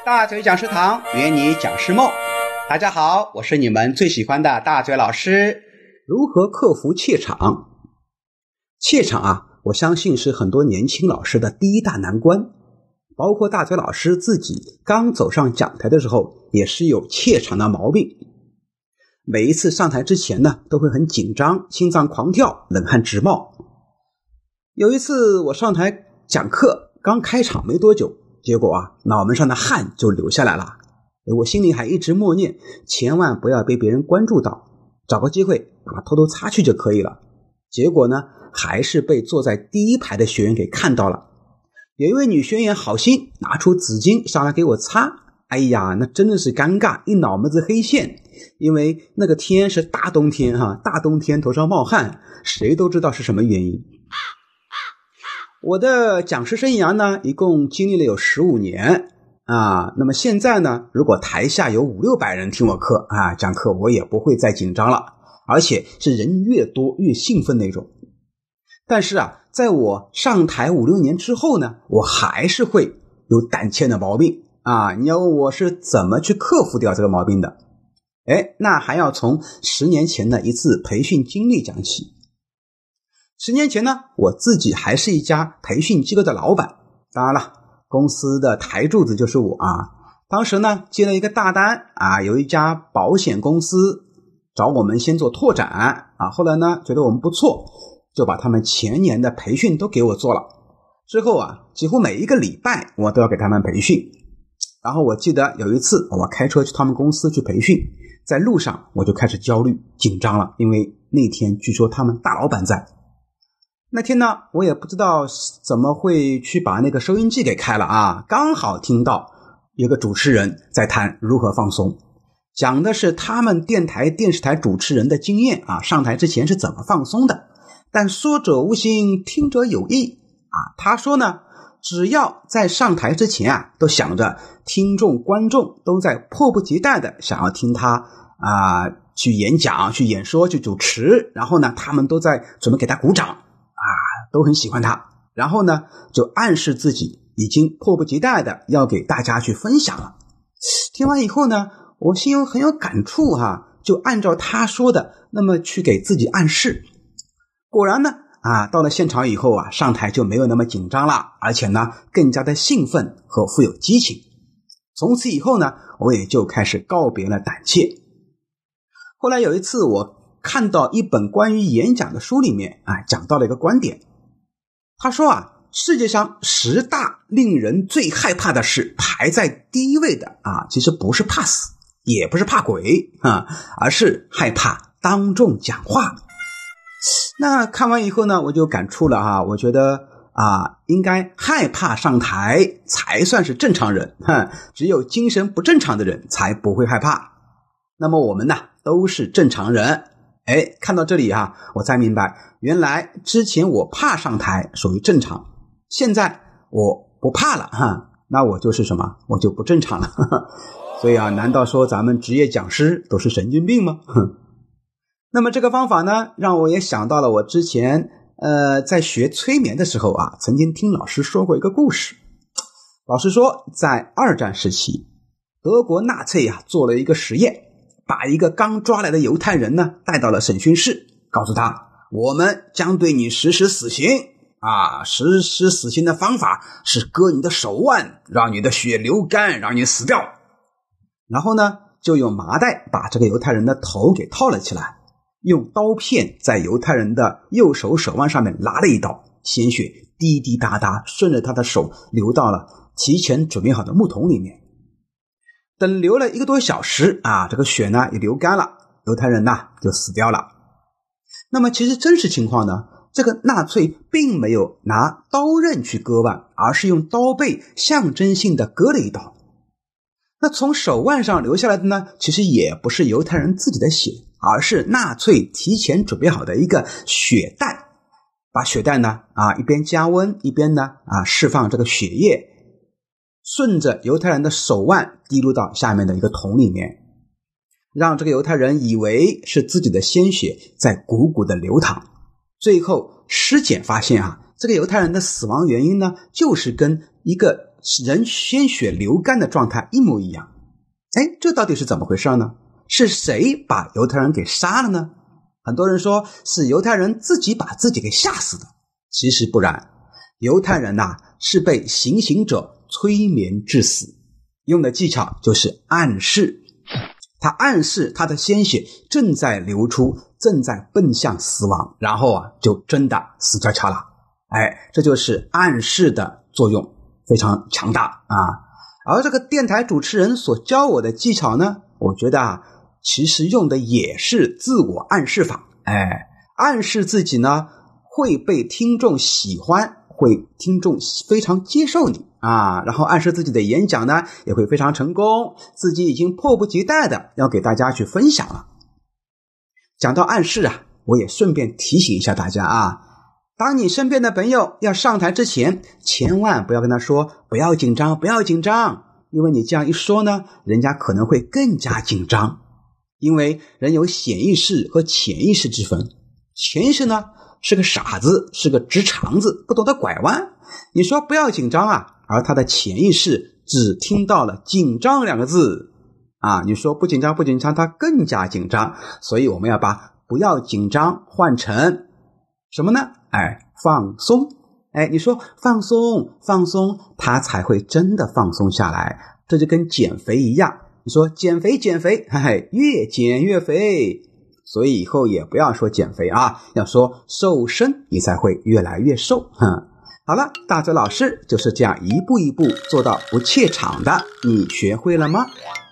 大嘴讲师堂约你讲师梦。大家好，我是你们最喜欢的大嘴老师。如何克服怯场？怯场啊，我相信是很多年轻老师的第一大难关，包括大嘴老师自己刚走上讲台的时候也是有怯场的毛病。每一次上台之前呢，都会很紧张，心脏狂跳，冷汗直冒。有一次我上台讲课，刚开场没多久，结果脑门上的汗就流下来了。我心里还一直默念，千万不要被别人关注到，找个机会偷偷擦去就可以了。结果呢，还是被坐在第一排的学员给看到了。有一位女学员好心拿出纸巾上来给我擦，哎呀，那真的是尴尬，一脑门子黑线。因为那个天是大冬天大冬天头上冒汗，谁都知道是什么原因。我的讲师生涯呢，一共经历了有15年那么现在呢，如果台下有500-600人听我课讲课，我也不会再紧张了，而且是人越多越兴奋那种。但是在我上台5-6年之后呢，我还是会有胆怯的毛病你要问我是怎么去克服掉这个毛病的，那还要从10年前的一次培训经历讲起。10年前呢，我自己还是一家培训机构的老板，当然了，公司的台柱子就是我当时呢，接了一个大单有一家保险公司找我们先做拓展后来呢，觉得我们不错，就把他们前年的培训都给我做了。之后几乎每一个礼拜我都要给他们培训。然后我记得有一次我开车去他们公司去培训，在路上我就开始焦虑紧张了，因为那天据说他们大老板在。那天呢，我也不知道怎么会去把那个收音机给开了刚好听到有个主持人在谈如何放松，讲的是他们电视台主持人的经验上台之前是怎么放松的。但说者无心，听者有意他说呢，只要在上台之前都想着听众观众都在迫不及待的想要听他去演讲去演说去主持，然后呢他们都在准备给他鼓掌都很喜欢他，然后呢就暗示自己已经迫不及待的要给大家去分享了。听完以后呢，我心很有感触就按照他说的那么去给自己暗示。果然呢到了现场以后上台就没有那么紧张了，而且呢更加的兴奋和富有激情。从此以后呢，我也就开始告别了胆怯。后来有一次我看到一本关于演讲的书里面讲到了一个观点，他说世界上10大令人最害怕的事，排在第一位的其实不是怕死，也不是怕鬼而是害怕当众讲话。那看完以后呢，我就感触了我觉得应该害怕上台才算是正常人只有精神不正常的人才不会害怕。那么我们呢都是正常人。看到这里我才明白，原来之前我怕上台属于正常，现在我不怕了那我就是什么？我就不正常了所以难道说咱们职业讲师都是神经病吗？那么这个方法呢，让我也想到了我之前在学催眠的时候曾经听老师说过一个故事。老师说，在2战时期，德国纳粹做了一个实验，把一个刚抓来的犹太人呢带到了审讯室，告诉他，我们将对你实施死刑实施死刑的方法是割你的手腕，让你的血流干，让你死掉。然后呢，就用麻袋把这个犹太人的头给套了起来，用刀片在犹太人的右手手腕上面拉了一刀，鲜血滴滴答答顺着他的手流到了提前准备好的木桶里面。等流了1个多小时这个血呢也流干了，犹太人呢就死掉了。那么其实真实情况呢，这个纳粹并没有拿刀刃去割腕，而是用刀背象征性的割了一刀。那从手腕上流下来的呢，其实也不是犹太人自己的血，而是纳粹提前准备好的一个血弹，把血弹呢一边加温一边呢释放这个血液，顺着犹太人的手腕滴入到下面的一个桶里面，让这个犹太人以为是自己的鲜血在汩汩的流淌。最后尸检发现这个犹太人的死亡原因呢，就是跟一个人鲜血流干的状态一模一样。这到底是怎么回事呢？是谁把犹太人给杀了呢？很多人说是犹太人自己把自己给吓死的，其实不然，犹太人是被行刑者催眠致死，用的技巧就是暗示，他暗示他的鲜血正在流出，正在奔向死亡，然后就真的死翘翘了。这就是暗示的作用，非常强大而这个电台主持人所教我的技巧呢，我觉得其实用的也是自我暗示法。暗示自己呢会被听众喜欢，会听众非常接受你然后暗示自己的演讲呢也会非常成功，自己已经迫不及待的要给大家去分享了。讲到暗示我也顺便提醒一下大家当你身边的朋友要上台之前，千万不要跟他说不要紧张不要紧张，因为你这样一说呢，人家可能会更加紧张。因为人有显意识和潜意识之分，潜意识呢是个傻子，是个直肠子，不懂得拐弯。你说不要紧张而他的潜意识只听到了紧张两个字你说不紧张不紧张，他更加紧张。所以我们要把不要紧张换成什么呢？放松。你说放松放松，他才会真的放松下来。这就跟减肥一样，你说减肥减肥，越减越肥。所以以后也不要说减肥要说瘦身，你才会越来越瘦。好了，大嘴老师就是这样一步一步做到不怯场的，你学会了吗？